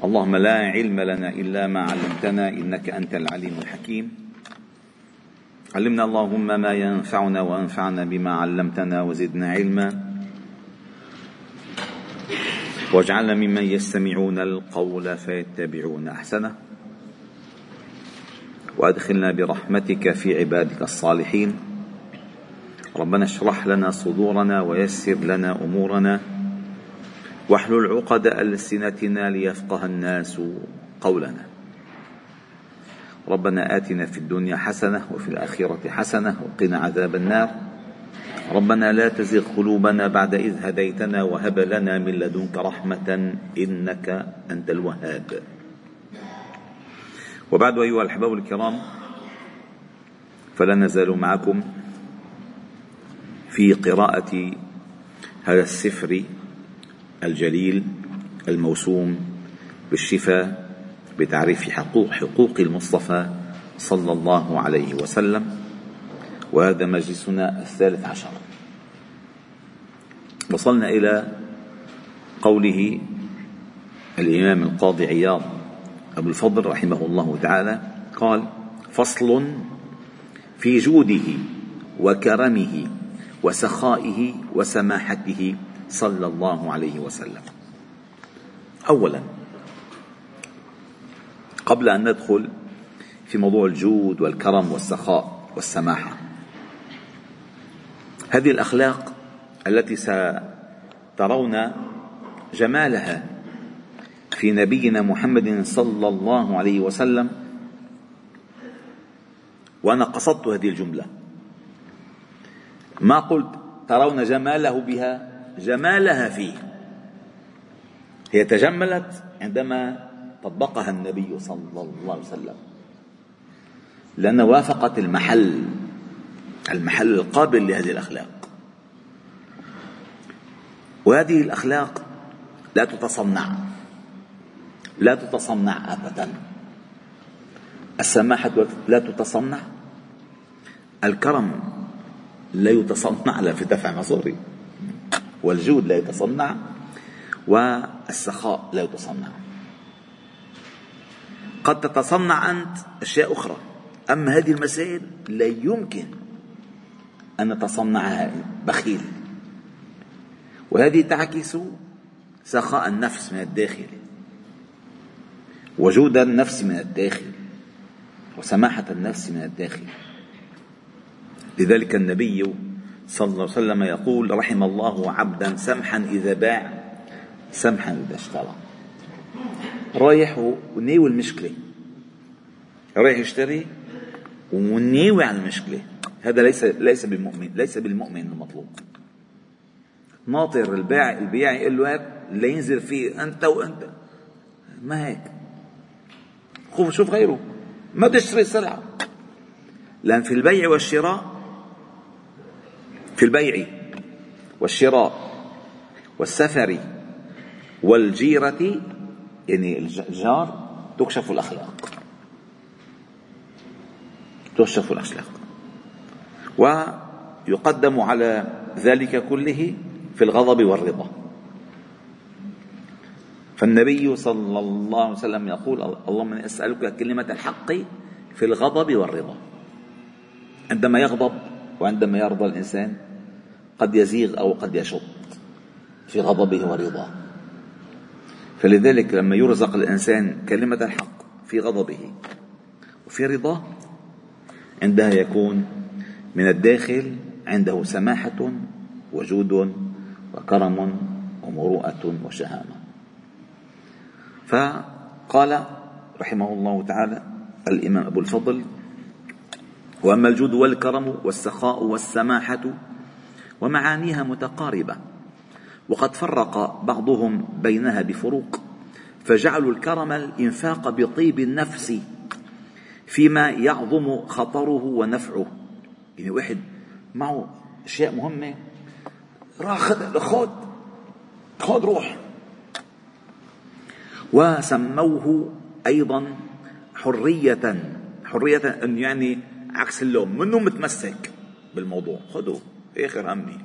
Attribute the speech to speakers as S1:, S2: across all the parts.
S1: اللهم لا علم لنا إلا ما علمتنا إنك أنت العليم الحكيم. علمنا اللهم ما ينفعنا وانفعنا بما علمتنا وزدنا علما، واجعلنا ممن يستمعون القول فيتبعون أحسنه، وأدخلنا برحمتك في عبادك الصالحين. ربنا اشرح لنا صدورنا ويسر لنا أمورنا، واحلل عقد ألسنتنا ليفقه الناس قولنا. ربنا آتنا في الدنيا حسنة وفي الآخرة حسنة وقنا عذاب النار. ربنا لا تزغ قلوبنا بعد إذ هديتنا وهب لنا من لدنك رحمة إنك أنت الوهاب. وبعد، أيها الأحباب الكرام، فلا نزال معكم في قراءة هذا السفر الجليل الموسوم بالشفاء بتعريف حقوق المصطفى صلى الله عليه وسلم، وهذا مجلسنا 13. وصلنا إلى قوله الإمام القاضي عياض أبو الفضل رحمه الله تعالى قال: فصل في جوده وكرمه وسخائه وسماحته صلى الله عليه وسلم. أولا، قبل أن ندخل في موضوع الجود والكرم والسخاء والسماحة، هذه الأخلاق التي سترون جمالها في نبينا محمد صلى الله عليه وسلم، وأنا قصدت هذه الجملة، ما قلت ترون جماله بها، جمالها فيه. هي تجملت عندما طبقها النبي صلى الله عليه وسلم، لأنها وافقت المحل القابل لهذه الأخلاق. وهذه الأخلاق لا تتصنع أبدا. السماحة لا تتصنع، الكرم لا يتصنع، لا في دفع مصوري، والجود لا يتصنع، والسخاء لا يتصنع. قد تتصنع أنت أشياء أخرى، أما هذه المسائل لا يمكن أن نتصنعها بخيل. وهذه تعكس سخاء النفس من الداخل، وجود النفس من الداخل، وسماحة النفس من الداخل. لذلك النبي صلى الله عليه وسلم يقول: رحم الله عبدا سمحا إذا باع سمحا إذا اشترى. رايح وناوي المشكلة، رايح يشتري وناوي على المشكلة. هذا ليس بالمؤمن المطلوب. ناطر البياع يقول له هيك لا ينزل فيه أنت وأنت، ما هيك، شوف غيره، ما تشتري السلعة. لأن في البيع والشراء والسفر والجيرة، يعني الجار، تكشف الأخلاق، ويقدم على ذلك كله في الغضب والرضا. فالنبي صلى الله عليه وسلم يقول: اللهم إني أسألك كلمة الحق في الغضب والرضا. عندما يغضب وعندما يرضى الإنسان قد يزيغ أو قد يشط في غضبه ورضاه. فلذلك لما يرزق الإنسان كلمة الحق في غضبه وفي رضاه، عندها يكون من الداخل عنده سماحة وجود وكرم ومروءة وشهامة. فقال رحمه الله تعالى الإمام أبو الفضل: وأما الجود والكرم والسخاء والسماحة ومعانيها متقاربة، وقد فرق بعضهم بينها بفروق، فجعلوا الكرم الإنفاق بطيب النفس فيما يعظم خطره ونفعه. يعني واحد معه أشياء مهمة، خذ روح. وسموه أيضا حرية، أن يعني عكس اللوم، منه متمسك بالموضوع، خذوا آخر همي،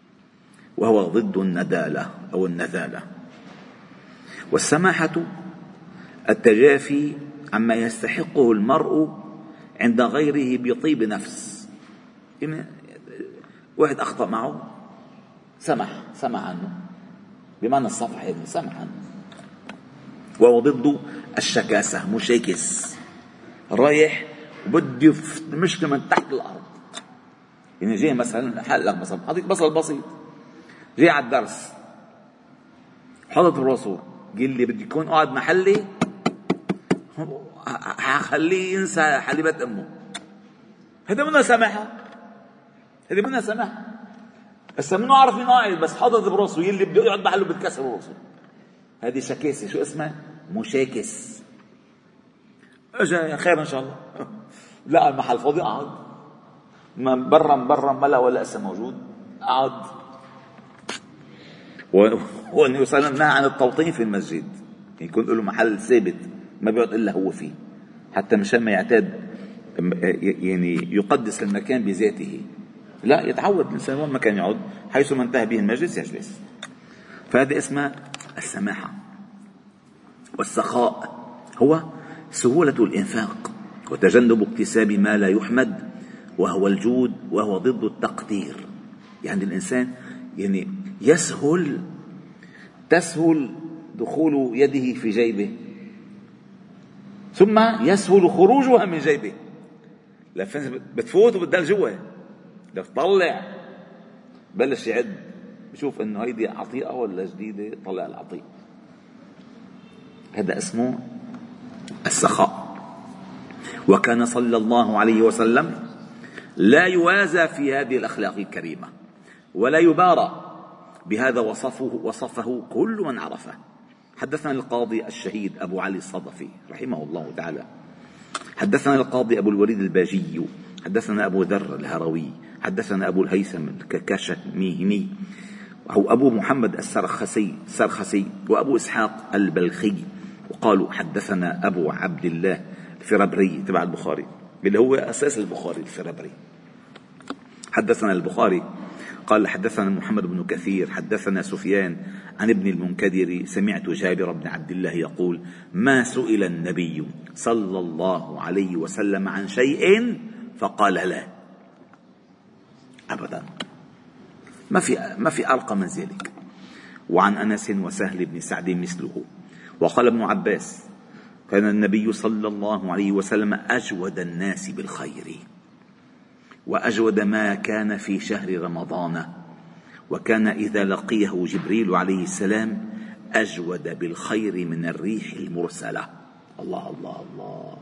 S1: وهو ضد الندالة أو النذالة. والسماحة التجافي عما يستحقه المرء عند غيره بطيب نفس. يعني واحد أخطأ معه، سمح عنه، بمعنى الصفح، يعني سمح عنه. وهو ضد الشكاسة، مشاكس، رايح وبده المشكلة من تحت الأرض. يعني جاي مثلا حلق مثلا، أعطيك مثل بسيط، جاي على الدرس حضرة الرسول قال لي بدي يكون قاعد محلي، خليه ينسى حليبة أمه. هذا منها سماحة. بس منه عارف مين قاعد، بس حضرة الرسول يلي بده يقعد محله بتكسر الرسول. هذه شكاسة. شو اسمها؟ مشاكس. اجا خير ان شاء الله، لقى المحل فاضي قعد، برا ملا ولا اسا موجود قعد. والنبي صلى الله عليه وسلم نهى عن التوطين في المسجد، يكون له محل ثابت ما بيقعد الا هو فيه، حتى مشان ما يعتاد يعني يقدس المكان بذاته. لا، يتعود الانسان وين ما كان يقعد، حيث ما انتهى به المجلس يجلس. فهذا اسمه السماحة. والسخاء هو سهولة الإنفاق وتجنب اكتساب ما لا يحمد، وهو الجود، وهو ضد التقدير. يعني الإنسان يعني تسهل دخول يده في جيبه، ثم يسهل خروجها من جيبه. بتفوت وبتضل جوا، بدك تطلع، بلش يعد، بشوف انه هيدي عطيئة ولا جديدة، طلع العطيئة. هذا اسمه السخاء. وكان صلى الله عليه وسلم لا يوازى في هذه الأخلاق الكريمة ولا يبارى بهذا، وصفه كل من عرفه. حدثنا القاضي الشهيد أبو علي الصدفي رحمه الله تعالى، حدثنا القاضي أبو الوليد الباجي، حدثنا أبو ذر الهروي، حدثنا أبو الهيثم الكشميهني، أو أبو محمد السرخسي، وأبو إسحاق البلخي، وقالوا حدثنا أبو عبد الله الفرابري تبع البخاري، اللي هو أساس البخاري الفرابري. حدثنا البخاري قال حدثنا محمد بن كثير حدثنا سفيان عن ابن المنكدر سمعت جابر بن عبد الله يقول: ما سئل النبي صلى الله عليه وسلم عن شيء فقال لا، أبدا، ما في أرقى من ذلك. وعن أنس وسهل بن سعد مثله. وقال ابن عباس: كان النبي صلى الله عليه وسلم أجود الناس بالخير، وأجود ما كان في شهر رمضان، وكان إذا لقيه جبريل عليه السلام أجود بالخير من الريح المرسلة. الله الله الله.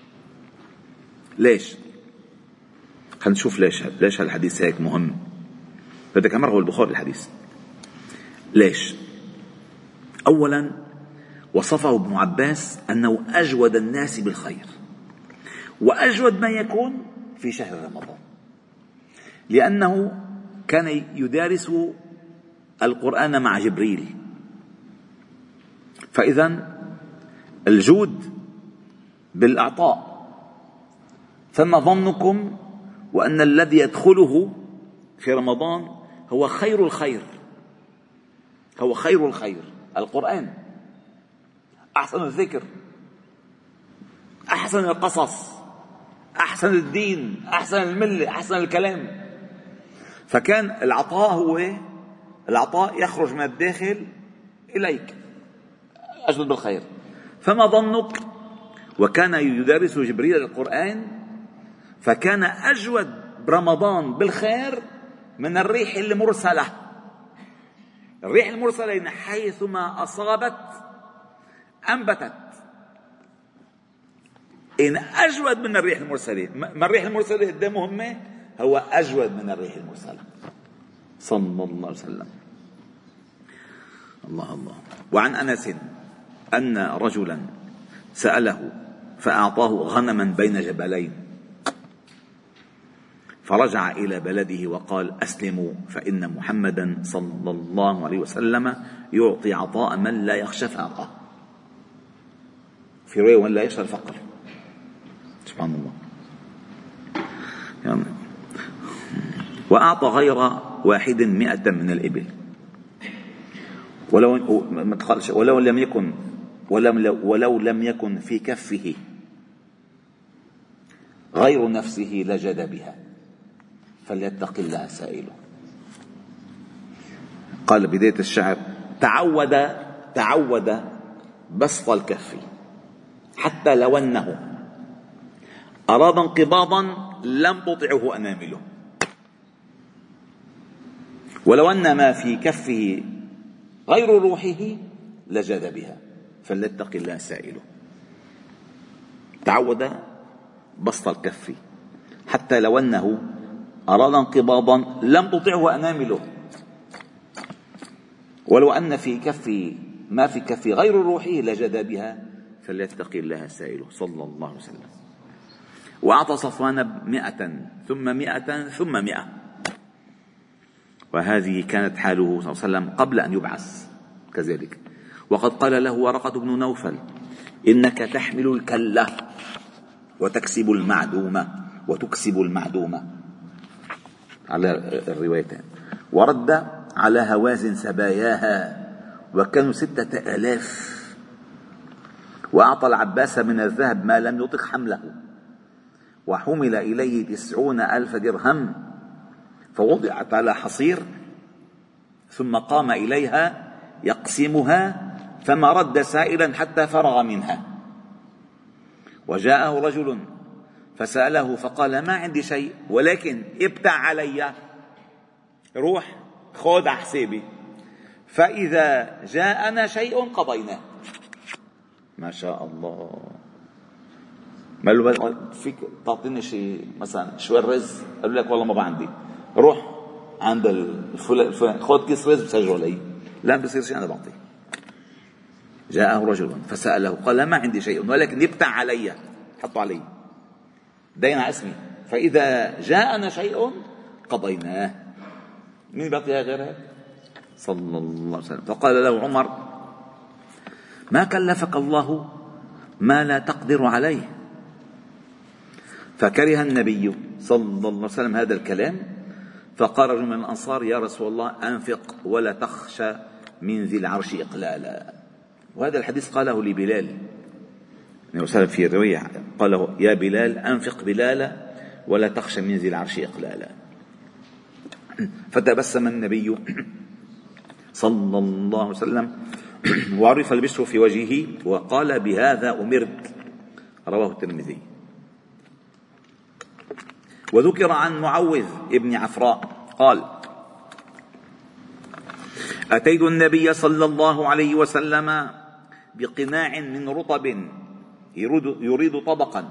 S1: ليش؟ خلينا نشوف ليش هالحديث هيك مهم. بدك أمره البخاري الحديث. ليش؟ أولا وصفه ابن عباس أنه أجود الناس بالخير، وأجود ما يكون في شهر رمضان، لأنه كان يدارس القرآن مع جبريل. فإذا الجود بالأعطاء، فما ظنكم وأن الذي يدخله في رمضان هو خير الخير، هو خير الخير، القرآن، أحسن الذكر، أحسن القصص، أحسن الدين، أحسن الملة، أحسن الكلام. فكان العطاء هو العطاء يخرج من الداخل إليك، أجود بالخير. فما ظنك وكان يدرس جبريل القرآن، فكان أجود برمضان بالخير من الريح المرسلة. الريح المرسلة حيثما أصابت أنبتت، إن أجود من الريح المرسلة. ما الريح المرسلة قدامه همه هو أجود من الريح المرسلة صلى الله عليه وسلم. الله الله. وعن أنس أن رجلا سأله فأعطاه غنما بين جبلين، فرجع إلى بلده وقال: أسلموا فإن محمدا صلى الله عليه وسلم يعطي عطاء من لا يخشى فاقه، في رواية من لا يخشى الفقر. سبحان الله. يعني وأعطى غير واحد 100 من الإبل، ولو لم يكن ولو لم يكن في كفه غير نفسه لجد بها فليتق الله سائله. قال بداية الشعر: تعود بسط الكف حتى لو أنه أراد انقباضا لم تطعه أنامله، ولو أن ما في كفه غير روحه لجد بها فليتق الله سائله. تعود بسط الكف حتى لو أنه أراد انقباضا لم تطعه أنامله، ولو أن في كفه ما في كفه غير روحه لجد بها فليتق الله سائله، صلى الله عليه وسلم. وأعطى صفوان 100 ثم 100 ثم 100، وهذه كانت حاله صلى الله عليه وسلم قبل أن يبعث كذلك. وقد قال له ورقة بن نوفل: إنك تحمل الكلة وتكسب المعدومة وتكسب المعدومة، على الروايتين. ورد على هوازن سباياها وكانوا 6000، وأعطى العباس من الذهب ما لم يطق حمله، وحمل إليه 90,000 درهم، فوضعت على حصير ثم قام إليها يقسمها فما رد سائلا حتى فرغ منها. وجاءه رجل فسأله فقال: ما عندي شيء ولكن ابتع علي، روح خذ على حسابي، فإذا جاءنا شيء قضيناه. ما شاء الله. ما له فيك تعطيني شيء مثلا شوي رز؟ قالوا لك والله ما عندي. روح عند الفلان خذ كيس رز بسجله لي. لا بصير شيء أنا بعطيه. جاءه رجل فسأله قال: ما عندي شيء ولكن ابتع علي، حطوا علي دين على اسمي، فإذا جاءنا شيء قضيناه. مين بيعطيها غير هيك؟ صلى الله عليه وسلم. فقال له عمر: ما كلفك الله ما لا تقدر عليه. فكره النبي صلى الله عليه وسلم هذا الكلام، فقال رجل من الأنصار: يا رسول الله أنفق ولا تخشى من ذي العرش إقلالا. وهذا الحديث قاله لبلال وسلم في رواية، قاله: يا بلال أنفق بلالا ولا تخشى من ذي العرش إقلالا. فتبسم النبي صلى الله عليه وسلم وعرف البشر في وجهه وقال: بهذا أمرت. رواه الترمذي. وذكر عن معوذ ابن عفراء قال: أتيت النبي صلى الله عليه وسلم بقناع من رطب يريد طبقا،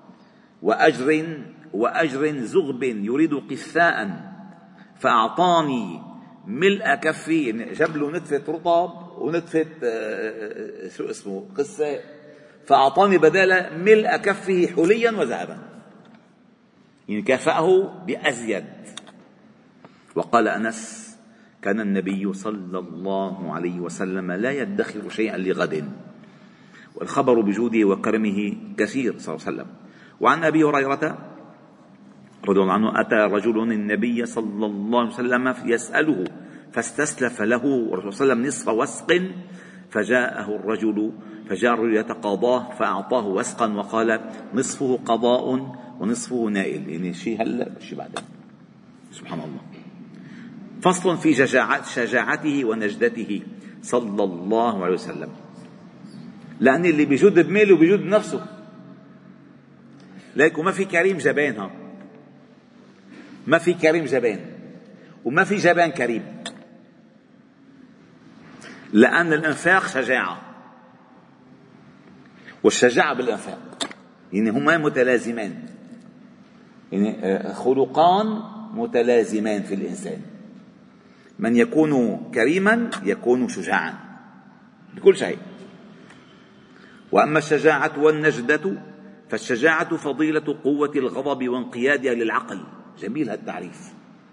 S1: وأجر زغب يريد قثاء، فأعطاني ملء كفي، جاب له نتفة رطب ونتفة شو اسمه قثاء، فأعطاني بدال ملء كفه حليا وذهبا، يعني كافأه بأزيد. وقال أنس: كان النبي صلى الله عليه وسلم لا يدخر شيئا لغد، والخبر بجوده وكرمه كثير صلى الله عليه وسلم. وعن أبي هريرة رضي الله عنه: أتى رجل النبي صلى الله عليه وسلم يسأله فاستسلف له ورسول صلى الله عليه وسلم نصف وسق، فجاء الرجل يتقاضاه فأعطاه وسقا وقال: نصفه قضاء ونصفه نائل، يعني شيء هلا شيء بعدين. سبحان الله. فصل في شجاعته ونجدته صلى الله عليه وسلم، لأن اللي بيجود بماله بيجود بنفسه، لكن ما في كريم جبان، ما في كريم جبان وما في جبان كريم، لأن الإنفاق شجاعة، والشجاعة بالإنفاق يعني هما متلازمان، يعني خلقان متلازمان في الإنسان. من يكون كريما يكون شجاعا بكل شيء. وأما الشجاعة والنجدة فالشجاعة فضيلة قوة الغضب وانقيادها للعقل. جميل هالتعريف.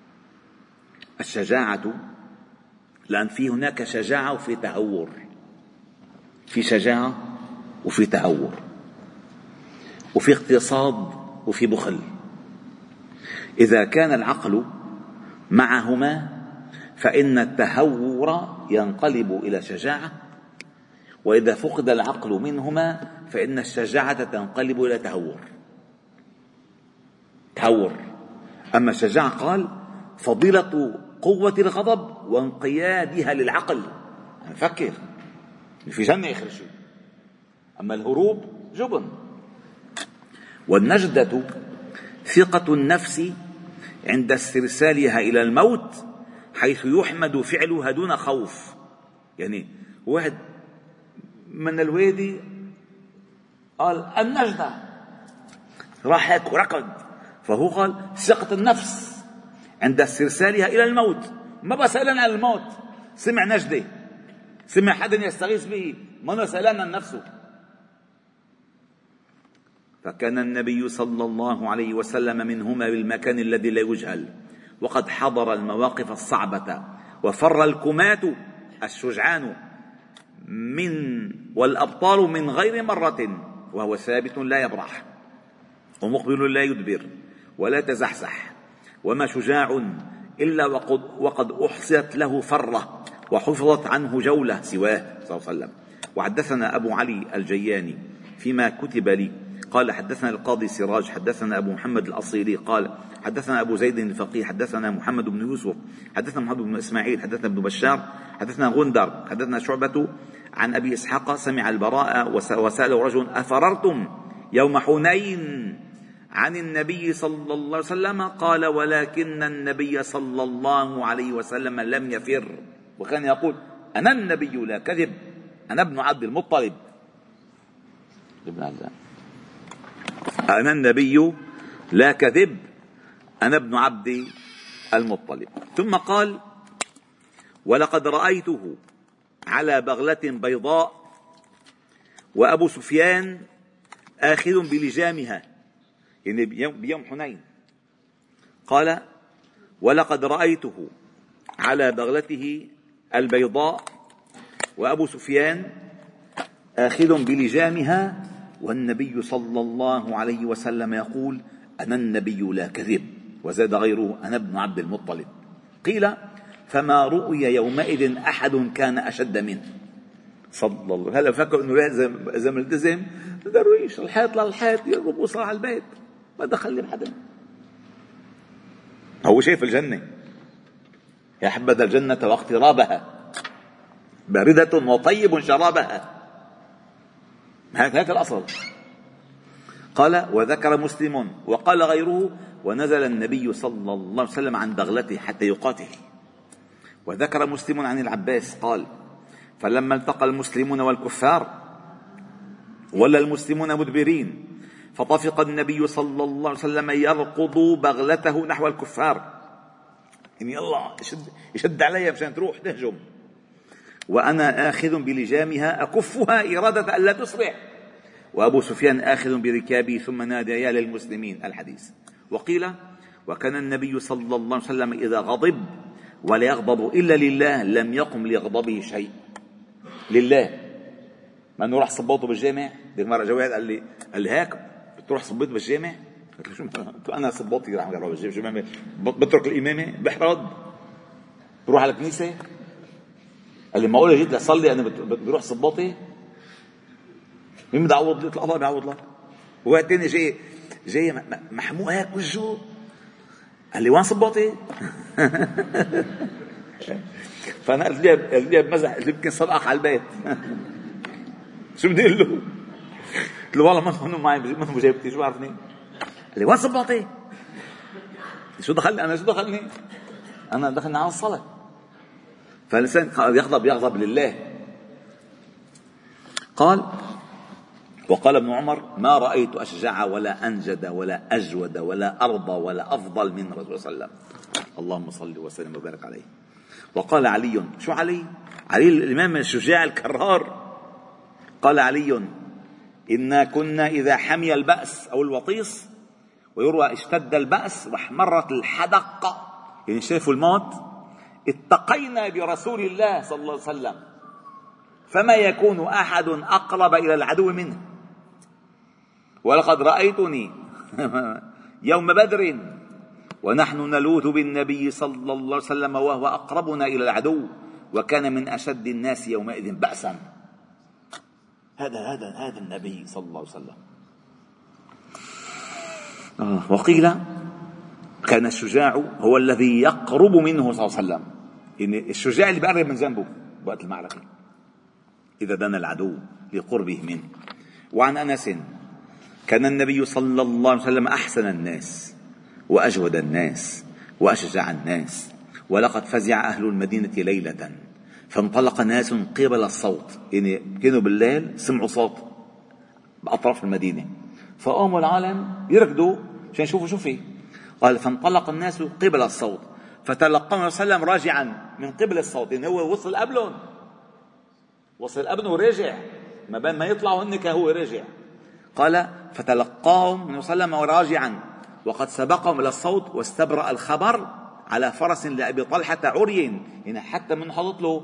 S1: الشجاعة لأن في هناك شجاعة وفي تهور، في شجاعة وفي تهور، وفي اقتصاد وفي بخل. إذا كان العقل معهما فإن التهور ينقلب إلى شجاعة، وإذا فقد العقل منهما فإن الشجاعة تنقلب إلى تهور. أما الشجاعة قال فضيلة قوة الغضب وانقيادها للعقل، نفكر في جنة آخر شيء. أما الهروب جبن. والنجدة ثقة النفس عند استرسالها إلى الموت، حيث يحمد فعلها دون خوف. يعني واحد من الوادي قال النجدة، راح هيك وركض، فهو قال ثقة النفس عند استرسالها إلى الموت، ما بسألن عن الموت، سمع نجدة، سمع حدا يستغيث به، ما سألن عن نفسه. فكان النبي صلى الله عليه وسلم منهما بالمكان الذي لا يجهل، وقد حضر المواقف الصعبة وفر الكماة الشجعان والأبطال من غير مرة، وهو ثابت لا يبرح، ومقبل لا يدبر ولا تزحزح، وما شجاع إلا وقد أحصيت له فرة وحفظت عنه جولة سواه صلى الله عليه وسلم. وحدثنا أبو علي الجياني فيما كتب لي قال حدثنا القاضي سراج حدثنا أبو محمد الأصيلي قال حدثنا أبو زيد الفقيه حدثنا محمد بن يوسف حدثنا محمد بن إسماعيل حدثنا ابن بشار حدثنا غندر حدثنا شعبة عن أبي إسحاق سمع البراء وسأله رجل أفررتم يوم حنين عن النبي صلى الله عليه وسلم؟ قال ولكن النبي صلى الله عليه وسلم لم يفر، وكان يقول أنا النبي لا كذب، أنا ابن عبد المطلب، أنا النبي لا كذب، أنا ابن عبد المطلب. ثم قال ولقد رأيته على بغلة بيضاء وأبو سفيان آخذ بلجامها، يعني بيوم حنين. قال ولقد رأيته على بغلته البيضاء وأبو سفيان آخذ بلجامها والنبي صلى الله عليه وسلم يقول أنا النبي لا كذب، وزاد غيره أنا ابن عبد المطلب. قيل فما رؤي يومئذ أحد كان أشد منه صلى الله. هلا فكر أنه إذا ملتزم درويش الحيط للحيط يضرب وصل على البيت، ما دخل بحدا، هو شايف الجنة. يا حبذا الجنة واقترابها باردة وطيب شرابها، هذا الأصل. قال وذكر مسلم وقال غيره ونزل النبي صلى الله عليه وسلم عن بغلته حتى يقاتل. وذكر مسلم عن العباس قال فلما التقى المسلمون والكفار ولا المسلمون مدبرين فطفق النبي صلى الله عليه وسلم يرقض بغلته نحو الكفار، يعني الله يشد عليها مشان تروح تهجم، وأنا آخذ بلجامها أكفها إرادة أن لا تسرع، وأبو سفيان آخذ بركابي، ثم نادى يا للمسلمين الحديث. وقيل وكان النبي صلى الله عليه وسلم إذا غضب ولا يغضب إلا لله لم يقم لغضبه شيء لله. ما أنه راح صبوته بالجامع دي مرة جواد قال لي هيك بتروح صبيت بالجامع؟ قلت له شو أنا صبوتي راح أروح بالجامع بترك الإمامة بحرد بروح على الكنيسة؟ قال لي ما أقول جيت لأصلي أنا بروح صباطي؟ مين بدي أعوض؟ قلت له الله بيعوض لك. وواحد تاني جاي محموق هيك وجهه قال لي وين صباطي؟ فأنا قلت لي بمزح قلت له يمكن صدقك على البيت. شو بدي أقول له؟ قلت له والله ما معي ما مجاوبتي، شو بعرفني؟ قال لي وين صباطي؟ شو دخلني أنا؟ شو دخلني؟ أنا دخلني على الصلاة. فالإنسان يغضب لله. قال وقال ابن عمر ما رأيت أشجع ولا أنجد ولا أجود ولا أرضى ولا أفضل من رسول الله صلى الله عليه وسلم، اللهم صل وسلم وبارك عليه. وقال علي، شو علي الإمام الشجاع الكرار، قال علي إنا كنا إذا حمي البأس أو الوطيس ويروى اشتد البأس واحمرت الحدق، يعني شافوا الموت، اتقينا برسول الله صلى الله عليه وسلم فما يكون أحد أقرب إلى العدو منه. ولقد رأيتني يوم بدر ونحن نلوذ بالنبي صلى الله عليه وسلم وهو أقربنا إلى العدو وكان من أشد الناس يومئذ بأسا. هذا النبي صلى الله عليه وسلم. وقيل كان الشجاع هو الذي يقرب منه صلى الله عليه وسلم، يعني الشجاع اللي بيقرب من جنبه وقت المعركة إذا دنا العدو لقربه منه. وعن أنس كان النبي صلى الله عليه وسلم أحسن الناس وأجود الناس وأشجع الناس، ولقد فزع أهل المدينة ليلة فانطلق ناس قبل الصوت، يعني كانوا بالليل سمعوا صوت بأطراف المدينة فقاموا العالم يركضوا عشان يشوفوا شو فيه. قال فانطلق الناس قبل الصوت فتلقاه صلى الله عليه وسلم راجعا من قبل الصوت، يعني هو وصل قبلهم، وصل قبله ورجع، ما بين ما يطلعوا هن كان هو رجع. قال فتلقاهم من وسلم راجعا وقد سبقهم الى الصوت واستبرأ الخبر على فرس لأبي طلحة عري، يعني حتى من حاطط له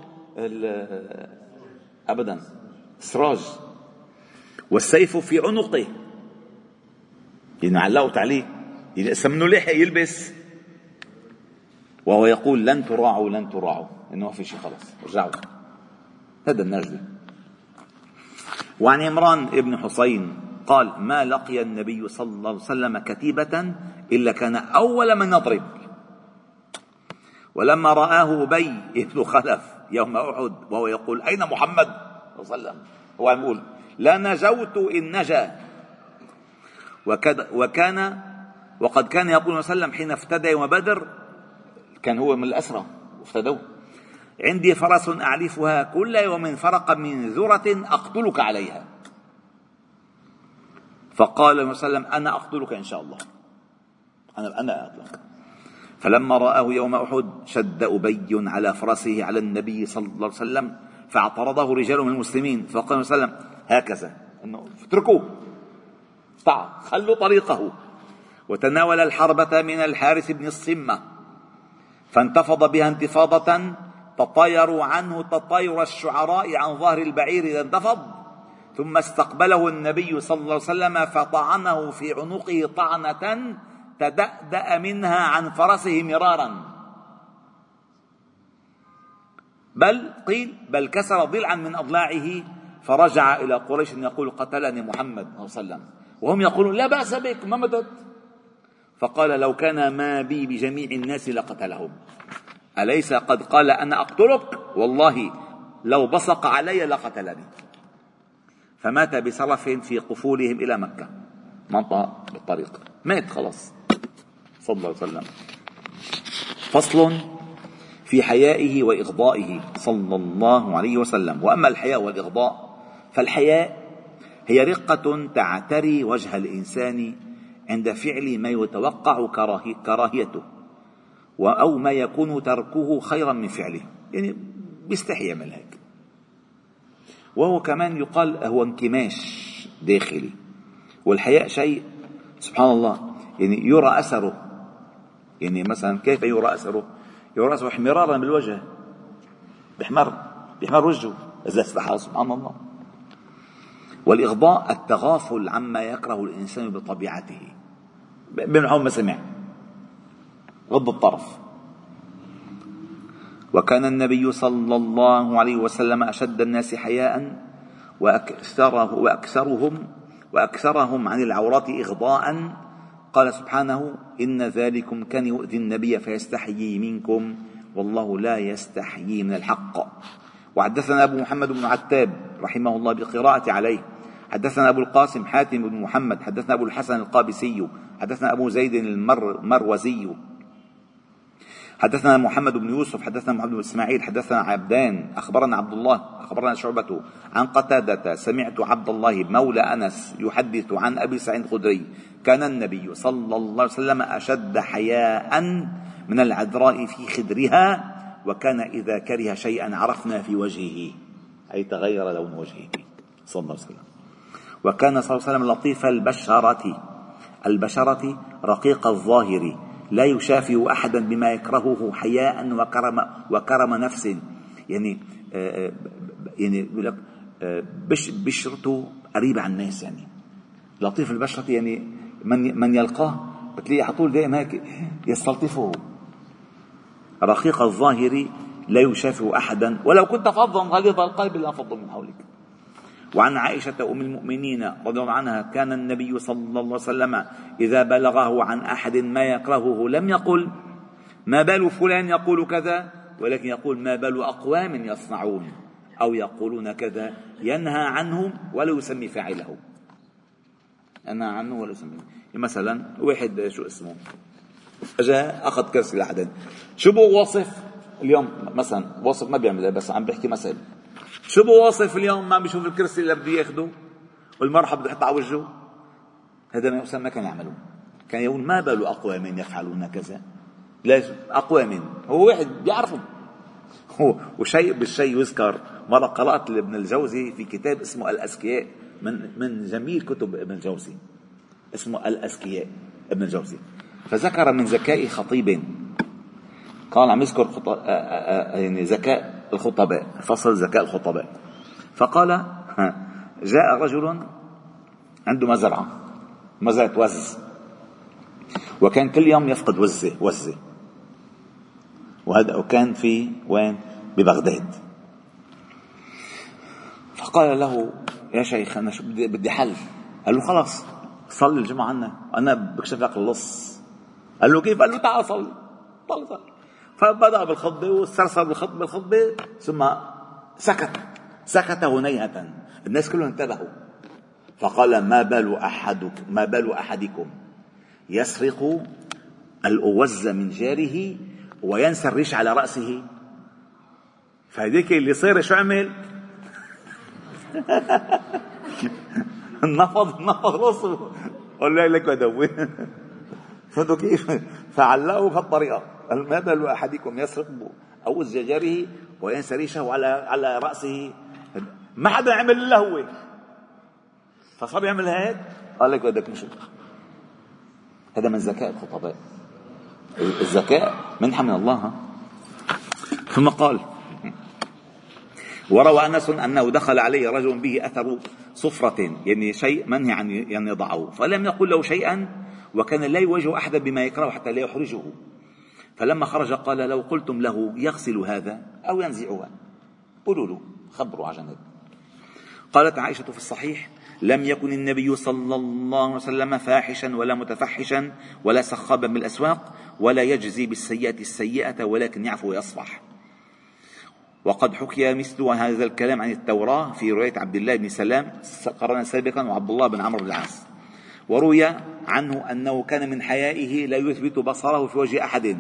S1: ابدا سراج والسيف في عنقه، يعني علقوا عليه، يعني لسه منه لحق يلبس، وهو يقول لن تراعوا لن تراعوا، انه ما في شيء خلص رجعوا. هذا النجدة. وعن عمران ابن حسين قال ما لقي النبي صلى الله عليه وسلم كتيبة إلا كان أول من يضرب، ولما رآه أبي بن خلف يوم أحد وهو يقول أين محمد صلى الله عليه وسلم، هو يقول لا نجوت إن نجا، وقد كان يقول صلى الله عليه وسلم حين افتدى يوم بدر، كان هو من الأسرى وافتدوه، عندي فرس أعلفها كل يوم فرقا من ذرة أقتلك عليها، فقال صلى الله عليه وسلم أنا أقتلك إن شاء الله، أنا أقتلك. فلما رآه يوم أحد شد أبي على فرسه على النبي صلى الله عليه وسلم فاعترضه رجال من المسلمين، فقال صلى الله عليه وسلم هكذا إنه اتركوه خلوا طريقه، وتناول الحربة من الحارث بن الصمة فانتفض بها انتفاضة تطايروا عنه تطاير الشعراء عن ظهر البعير إذا انتفض، ثم استقبله النبي صلى الله عليه وسلم فطعنه في عنقه طعنة تدأدأ منها عن فرسه مرارا، بل كسر ضلعا من أضلاعه، فرجع إلى قريش يقول قتلني محمد صلى الله عليه وسلم، وهم يقولون لا بأس بك ما مدد. فقال لو كان ما بي بجميع الناس لقتلهم، أليس قد قال أنا أقتلك، والله لو بصق علي لقتلني. فمات بسرف في قفولهم إلى مكة، منطقة بالطريق مات خلاص صلى الله عليه وسلم. فصل في حيائه وإغضائه صلى الله عليه وسلم. وأما الحياء والإغضاء فالحياء هي رقة تعتري وجه الإنسان عند فعل ما يتوقع كراهيته أو ما يكون تركه خيرا من فعله، يعني بيستحي يعمل هيك. وهو كمان يقال هو انكماش داخلي، والحياء شيء سبحان الله يعني يرى أثره، يعني مثلا كيف يرى أثره؟ يرى أثره احمرارا بالوجه، بيحمر وجهه إذا استحى سبحان الله. والإغضاء التغافل عما يكره الإنسان بطبيعته، بمعنى ما سمع غض الطرف. وكان النبي صلى الله عليه وسلم أشد الناس حياء وأكثرهم عن العورات إغضاء، قال سبحانه إن ذلكم كان يؤذي النبي فيستحيي منكم والله لا يستحيي من الحق. وحدثنا أبو محمد بن عتاب رحمه الله بقراءة عليه، حدثنا أبو القاسم حاتم بن محمد، حدثنا أبو الحسن القابسي، حدثنا أبو زيد المروزي، حدثنا محمد بن يوسف، حدثنا محمد بن إسماعيل، حدثنا عبدان أخبرنا عبد الله أخبرنا شعبة عن قتادة سمعت عبد الله مولى أنس يحدث عن أبي سعيد الخدري كان النبي صلى الله عليه وسلم أشد حياء من العذراء في خدرها، وكان إذا كره شيئا عرفنا في وجهه، أي تغير لون وجهه صلى الله عليه وسلم. وكان صلى الله عليه وسلم لطيف البشرة رقيق الظاهر، لا يشافه أحدا بما يكرهه حياء وكرم نفس، يعني يقول لك بشرته قريبة عن الناس، يعني لطيف البشرة، يعني من يلقاه بتلاقيه على طول دائما هيك يستلطفه. رقيق الظاهر لا يشافه أحدا ولو كنت فظا غليظ القلب لانفضوا من حولك. وعن عائشة أم المؤمنين رضي الله عنها كان النبي صلى الله عليه وسلم إذا بلغه عن أحد ما يكرهه لم يقل ما بال فلان يقول كذا، ولكن يقول ما بال أقوام يصنعون أو يقولون كذا، ينهى عنهم ولا يسمي فاعله. ينهى عنه ولا يسمي. مثلا واحد شو اسمه جاء أخذ كرسي لحدا، شو بوصف اليوم مثلا؟ وصف ما بيعمل، بس عم بحكي مثل. شو بوصف اليوم ما بيشوف الكرسي اللي بده ياخده والمرحب بده يحط على وجهه؟ هذا ما كان يعمله. كان يقول ما بال أقوام يفعلون كذا. ليش أقوام؟ هو واحد بيعرفه. وشيء بالشيء يذكر. مرة قرأت لابن الجوزي في كتاب اسمه الأذكياء، من جميل كتب ابن الجوزي، اسمه الأذكياء ابن الجوزي. فذكر من ذكاء خطيب، قال عم يذكر يعني ذكاء الخطباء، فصل ذكاء الخطباء. فقال جاء رجل عنده مزرعة وز، وكان كل يوم يفقد وزة، وكان في وين؟ ببغداد. فقال له يا شيخ أنا بدي حل. قال له خلاص صلي الجمعة عنا، أنا بكشف لك اللص. قال له كيف؟ قال له تعال صلي. فبدأ بالخطبة واسترسل بالخطبة ثم سكت هنيهة. الناس كلهم انتبهوا. فقال ما بال أحدكم يسرق الأوز من جاره وينسى الريش على رأسه. فهذيك اللي صير شو عمل؟ نفض راسه. قال لا لك ودوي. فهمتوا كيف؟ فعلقوا بهالطريقة. ما بال أحدكم يسرق أوز جاره وينسى ريشه على رأسه. ما حدا عمل إلا هو، فصار يعمل هيك. قال لك بدك مشي. هذا من ذكاء الخطباء. الذكاء منحة من الله. ثم قال وروى أنس أنه دخل عليه رجل به أثر صفرة، يعني شيء منهي عن أن يضعه، فلم يقل له شيئا، وكان لا يواجه أحدا بما يكره حتى لا يحرجه. فلما خرج قال لو قلتم له يغسل هذا أو ينزعها قولوا له، خبروا عجنب. قالت عائشة في الصحيح لم يكن النبي صلى الله عليه وسلم فاحشا ولا متفحشا ولا سخابا بالأسواق ولا يجزي بالسيئة السيئة، ولكن يعفو ويصفح. وقد حكي مثل هذا الكلام عن التوراة في رواية عبد الله بن سلام قرنا سابقا وعبد الله بن عمرو بن العاص. وروي عنه أنه كان من حيائه لا يثبت بصره في وجه أحد،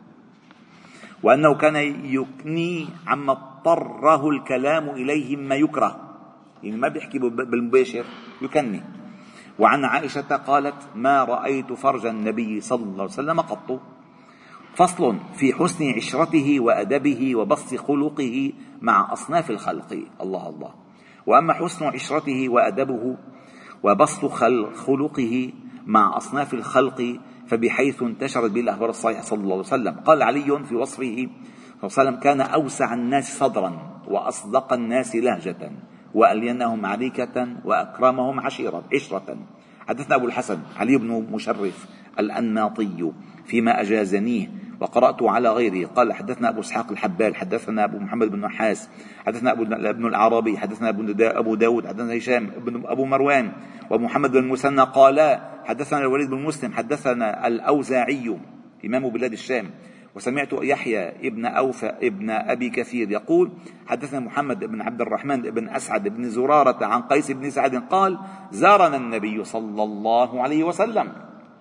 S1: وأنه كان يكني عما اضطره الكلام إليه مما يكره، يعني ما بيحكي بالمباشر، يكني. وعن عائشة قالت ما رأيت فرج النبي صلى الله عليه وسلم قط. فصل في حسن عشرته وأدبه وبسط خلقه مع أصناف الخلق. الله الله. وأما حسن عشرته وأدبه وبسط خلقه مع أصناف الخلق فبحيث انتشرت به الأخبار الصحيحة صلى الله عليه وسلم. قال علي في وصفه صلى الله عليه وسلم كان أوسع الناس صدرا وأصدق الناس لهجة وألينهم عريكة وأكرمهم عشرة. حدثنا أبو الحسن علي بن مشرف الأنماطي فيما أجازنيه وقرأت على غيره. قال حدثنا أبو إسحاق الحبال حدثنا أبو محمد بن نحاس حدثنا ابن العربي حدثنا أبو داود حدثنا هشام أبو مروان ومحمد بن المثنى قال حدثنا الوليد بن مسلم حدثنا الأوزاعي إمام بلاد الشام. وسمعت يحيى ابن أوفى ابن أبي كثير يقول حدثنا محمد بن عبد الرحمن بن أسعد بن زرارة عن قيس بن سعد قال زارنا النبي صلى الله عليه وسلم،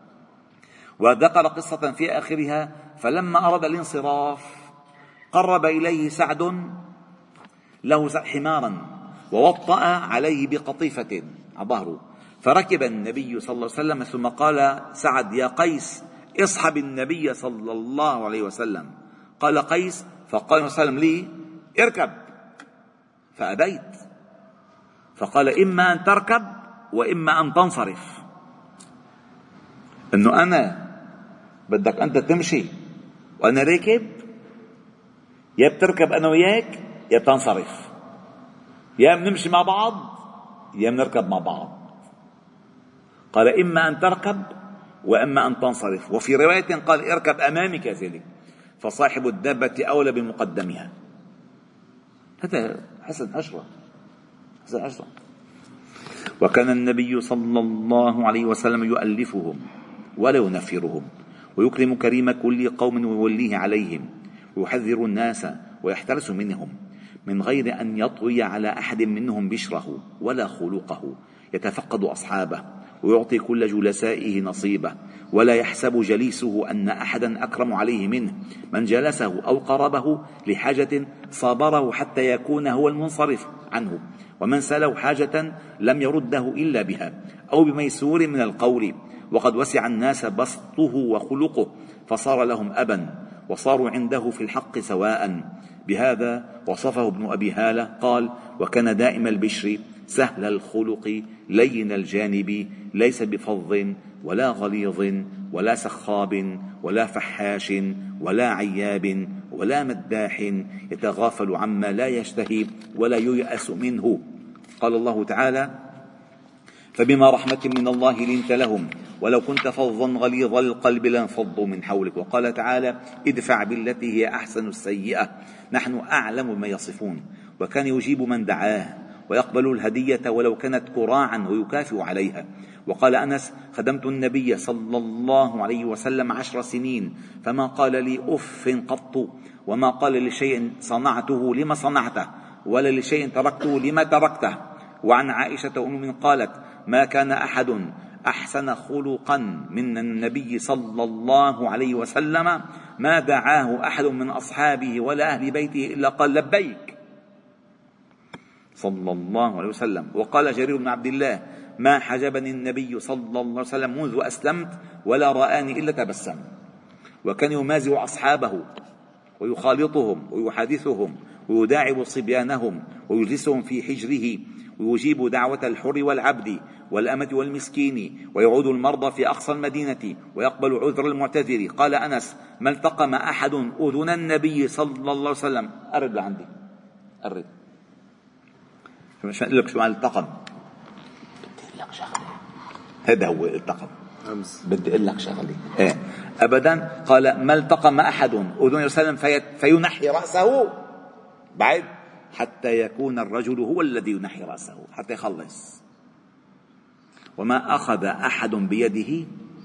S1: وذكر قصة في آخرها فلما أراد الانصراف قرب إليه سعد له حمارا ووطأ عليه بقطيفة على ظهره، فركب النبي صلى الله عليه وسلم ثم قال سعد يا قيس اصحب النبي صلى الله عليه وسلم. قال قيس فقال صلى الله عليه وسلم لي اركب فأبيت، فقال إما أن تركب وإما أن تنصرف، إنه أنا بدك أنت تمشي وأنا راكب، يا بتركب أنا وياك يا بتنصرف، يا بنمشي مع بعض يا بنركب مع بعض. قال إما أن تركب وإما أن تنصرف. وفي رواية قال اركب أمامي كذلك، فصاحب الدابة أولى بمقدمها. هذا حسن عشرة. وكان النبي صلى الله عليه وسلم يؤلفهم ولا ينفرهم، ويكرم كريم كل قوم ويوليه عليهم، ويحذر الناس ويحترس منهم، من غير أن يطوي على أحد منهم بشره ولا خلقه، يتفقد أصحابه ويعطي كل جلسائه نصيبه، ولا يحسب جليسه أن أحدا أكرم عليه منه، من جلسه أو قربه لحاجة صابره حتى يكون هو المنصرف عنه، ومن سأله حاجة لم يرده إلا بها أو بميسور من القول، وقد وسع الناس بسطه وخلقه فصار لهم أبا، وصاروا عنده في الحق سواء. بهذا وصفه ابن أبي هالة قال: وكان دائم البشر سهل الخلق لين الجانب، ليس بفظ ولا غليظ ولا سخاب ولا فحاش ولا عياب ولا مداح، يتغافل عما لا يشتهي ولا ييأس منه. قال الله تعالى: فبما رحمة من الله لنت لهم ولو كنت فظا غليظ القلب لانفضوا من حولك. وقال تعالى: ادفع بالتي هي أحسن السيئة نحن أعلم بما يصفون. وكان يجيب من دعاه ويقبل الهدية ولو كانت كراعا ويكافئ عليها. وقال أنس: خدمت النبي صلى الله عليه وسلم 10 سنين فما قال لي أف قط، وما قال لشيء صنعته لما صنعته، ولا لشيء تركته لما تركته. وعن عائشة أم المؤمنين قالت: ما كان أحد أحسن خلقا من النبي صلى الله عليه وسلم، ما دعاه أحد من أصحابه ولا أهل بيته إلا قال لبيك صلى الله عليه وسلم. وقال جرير بن عبد الله: ما حجبني النبي صلى الله عليه وسلم منذ أسلمت ولا رآني إلا تبسم. وكان يمازح أصحابه ويخالطهم ويحادثهم ويداعب صبيانهم ويجلسهم في حجره، ويجيب دعوة الحر والعبد والأمة والمسكين، ويعود المرضى في أقصى المدينة، ويقبل عذر المعتذر. قال أنس: ما التقم أحد أذن النبي صلى الله عليه وسلم. أرد لعندي، أرد مش أقول لك شو معنى التقم، بدي أقول لك شغلة، هذا هو التقم، بدي أقول لك شغلة أبدا. قال: ما التقم أحد أذن النبي صلى الله عليه وسلم فينحي رأسه بعد حتى يكون الرجل هو الذي ينحي رأسه حتى يخلص. وما أخذ أحد بيده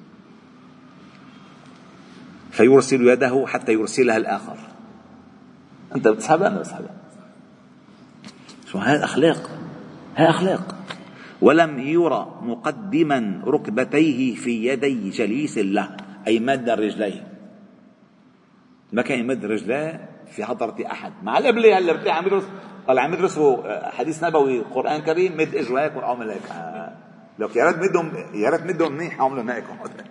S1: فيرسل يده حتى يرسلها الآخر. أنت بتسحبها أنا بسحبها. شو هاي أخلاق، هاي أخلاق. ولم يرى مقدما ركبتيه في يدي جليس له، أي مد الرجلين، ما كان يمد رجليه في حضرة أحد. مع القبلة هلا بتلاقي عم يدرس، قال عم يدرسوا حديث نبوي قرآن كريم، مد اجره هيك وعمل هيك. لو يا ريت مدهم منيح عملهم هيك.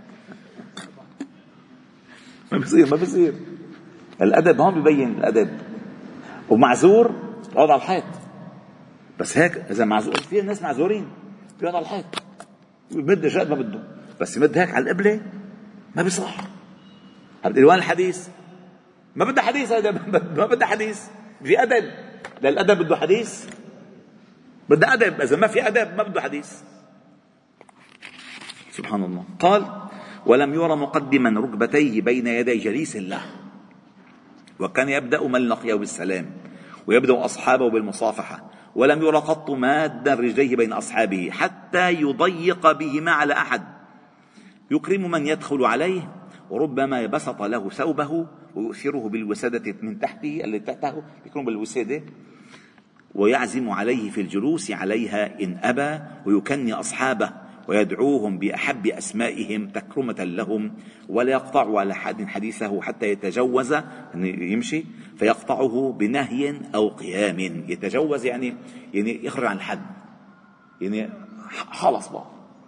S1: ما بيصير. الأدب هون ببين الأدب. ومعذور يقعد على الحيط، بس هيك إذا معذور، في الناس معذورين بيقعد على الحيط يمد شاد ما بده، بس يمد هيك على القبلة ما بيصح. الوان الحديث ما بدها حديث، هذا ما بدها حديث، في أدب. للأدب بده حديث، بدها أدب. إذا ما في أدب ما بده حديث. سبحان الله. قال: ولم يرى مقدما ركبتيه بين يدي جليس له، وكان يبدأ من لقيه بالسلام، ويبدأ أصحابه بالمصافحة، ولم يرى قط مادا رجليه بين أصحابه حتى يضيق بهما على أحد، يكرم من يدخل عليه، وربما بسط له ثوبه ويؤثره بالوسادة من تحته، اللي تحته يكون بالوسادة، ويعزم عليه في الجلوس عليها إن أبى، ويكني أصحابه ويدعوهم بأحب أسمائهم تكرمة لهم، ولا يقطع على حد حديثه حتى يتجوز، يعني يمشي فيقطعه بنهي أو قيام. يتجوز يعني يخرج عن الحد، يعني خلص بقى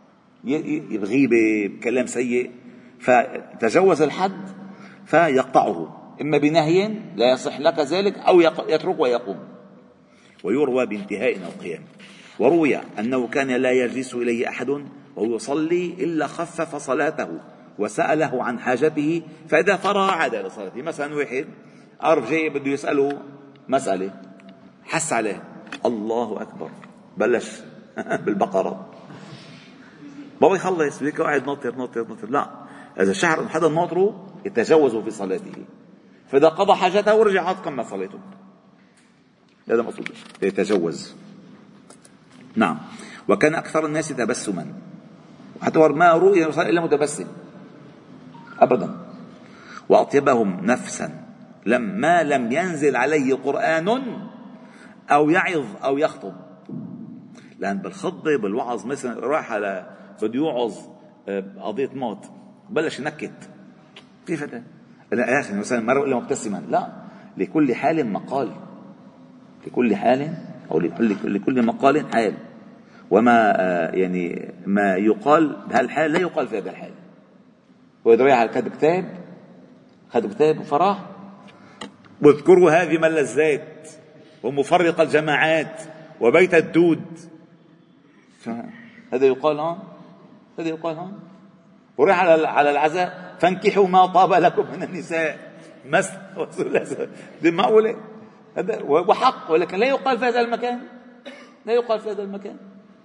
S1: بغيبة بكلام سيء، فتجوز الحد فيقطعه إما بنهي لا يصح لك ذلك أو يترك ويقوم. ويروى بانتهاء أو قيام. وروي أنه كان لا يجلس إليه أحد وهو يصلي إلا خفف صلاته وسأله عن حاجته، فإذا فرغ عاد إلى صلاته. مثلا واحد عارف جاي بده يسأله مسألة، حس عليه الله أكبر بلش بالبقرة، بابا يخلص بيك قاعد ناطر. لا، إذا شعر حدا ناطره يتجوز في صلاته، فإذا قضى حاجته ورجع عاد كمل صلاته. هذا مقصود يتجوز. نعم. وكان أكثر الناس تبسما، حتى ما رؤي إلا متبسم أبدا. وأطيبهم نفسا لما لم ينزل عليه قرآن أو يعظ أو يخطب. لأن بالخطبة بالوعظ مثلا راح على بده يوعظ قضية موت بلش ينكت، كيف هذا؟ لا يا أخي مثلا مرة إلا مبتسما، لا، لكل حال مقال، لكل حال أو لكل مقال حال، وما يعني ما يقال بهالحال لا يقال في هذا الحال. وإذا رايح كتب كتاب وفراه واذكروا هذه من اللذات ومفرق الجماعات وبيت الدود، هذا يقال هون، هذا يقال هون. ورايح على العزاء فانكحوا ما طاب لكم من النساء مثنى وثلاث، دي معقولة؟ هذا وحق، ولكن لا يقال في هذا المكان، لا يقال في هذا المكان.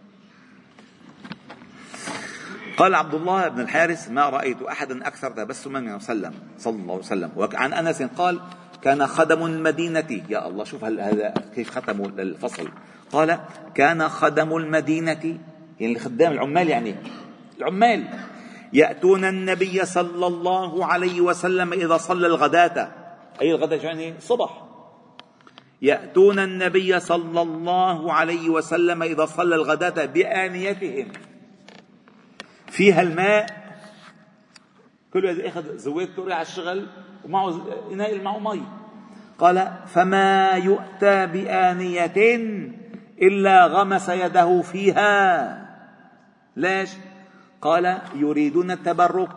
S1: قال عبد الله بن الحارث: ما رأيت أحدا أكثر تبسما من صلى الله عليه وسلم. وعن أنس قال: كان خدم المدينة، يا الله شوف هذا كيف ختموا الفصل، قال: كان خدم المدينة، يعني الخدام العمال، يعني العمال، يأتون النبي صلى الله عليه وسلم إذا صلى الغداة، أي الغداة يعني الصبح، يأتون النبي صلى الله عليه وسلم إذا صلى الغداة بآنيتهم فيها الماء، كل واحد أخذ زويته راح على الشغل ومعه إناء معه مي. قال: فما يؤتى بآنية إلا غمس يده فيها. ليش؟ قال: يريدون التبرك.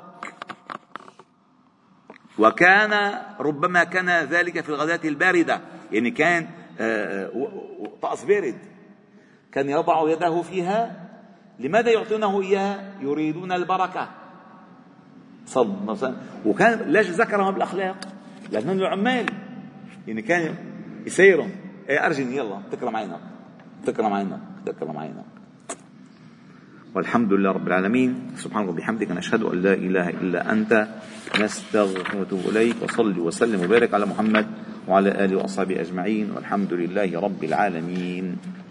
S1: وكان ربما كان ذلك في الغداة الباردة، يعني كان طقس بارد، كان يضع يده فيها. لماذا يعطونه إياها؟ يريدون البركة صلى الله عليه وسلم. وكان ليش ذكرهم بالأخلاق؟ لأنهم العمال، يعني كان يسيرهم: إيه أرجن، يلا تكرم عينك، تكرم عينك، تكرم عينك. والحمد لله رب العالمين. سبحانك وبحمدك، نشهد أن لا إله إلا أنت، نستغفرك ونتوب إليك. وصلي وسلم وبارك على محمد وعلى آله وأصحابه أجمعين، والحمد لله رب العالمين.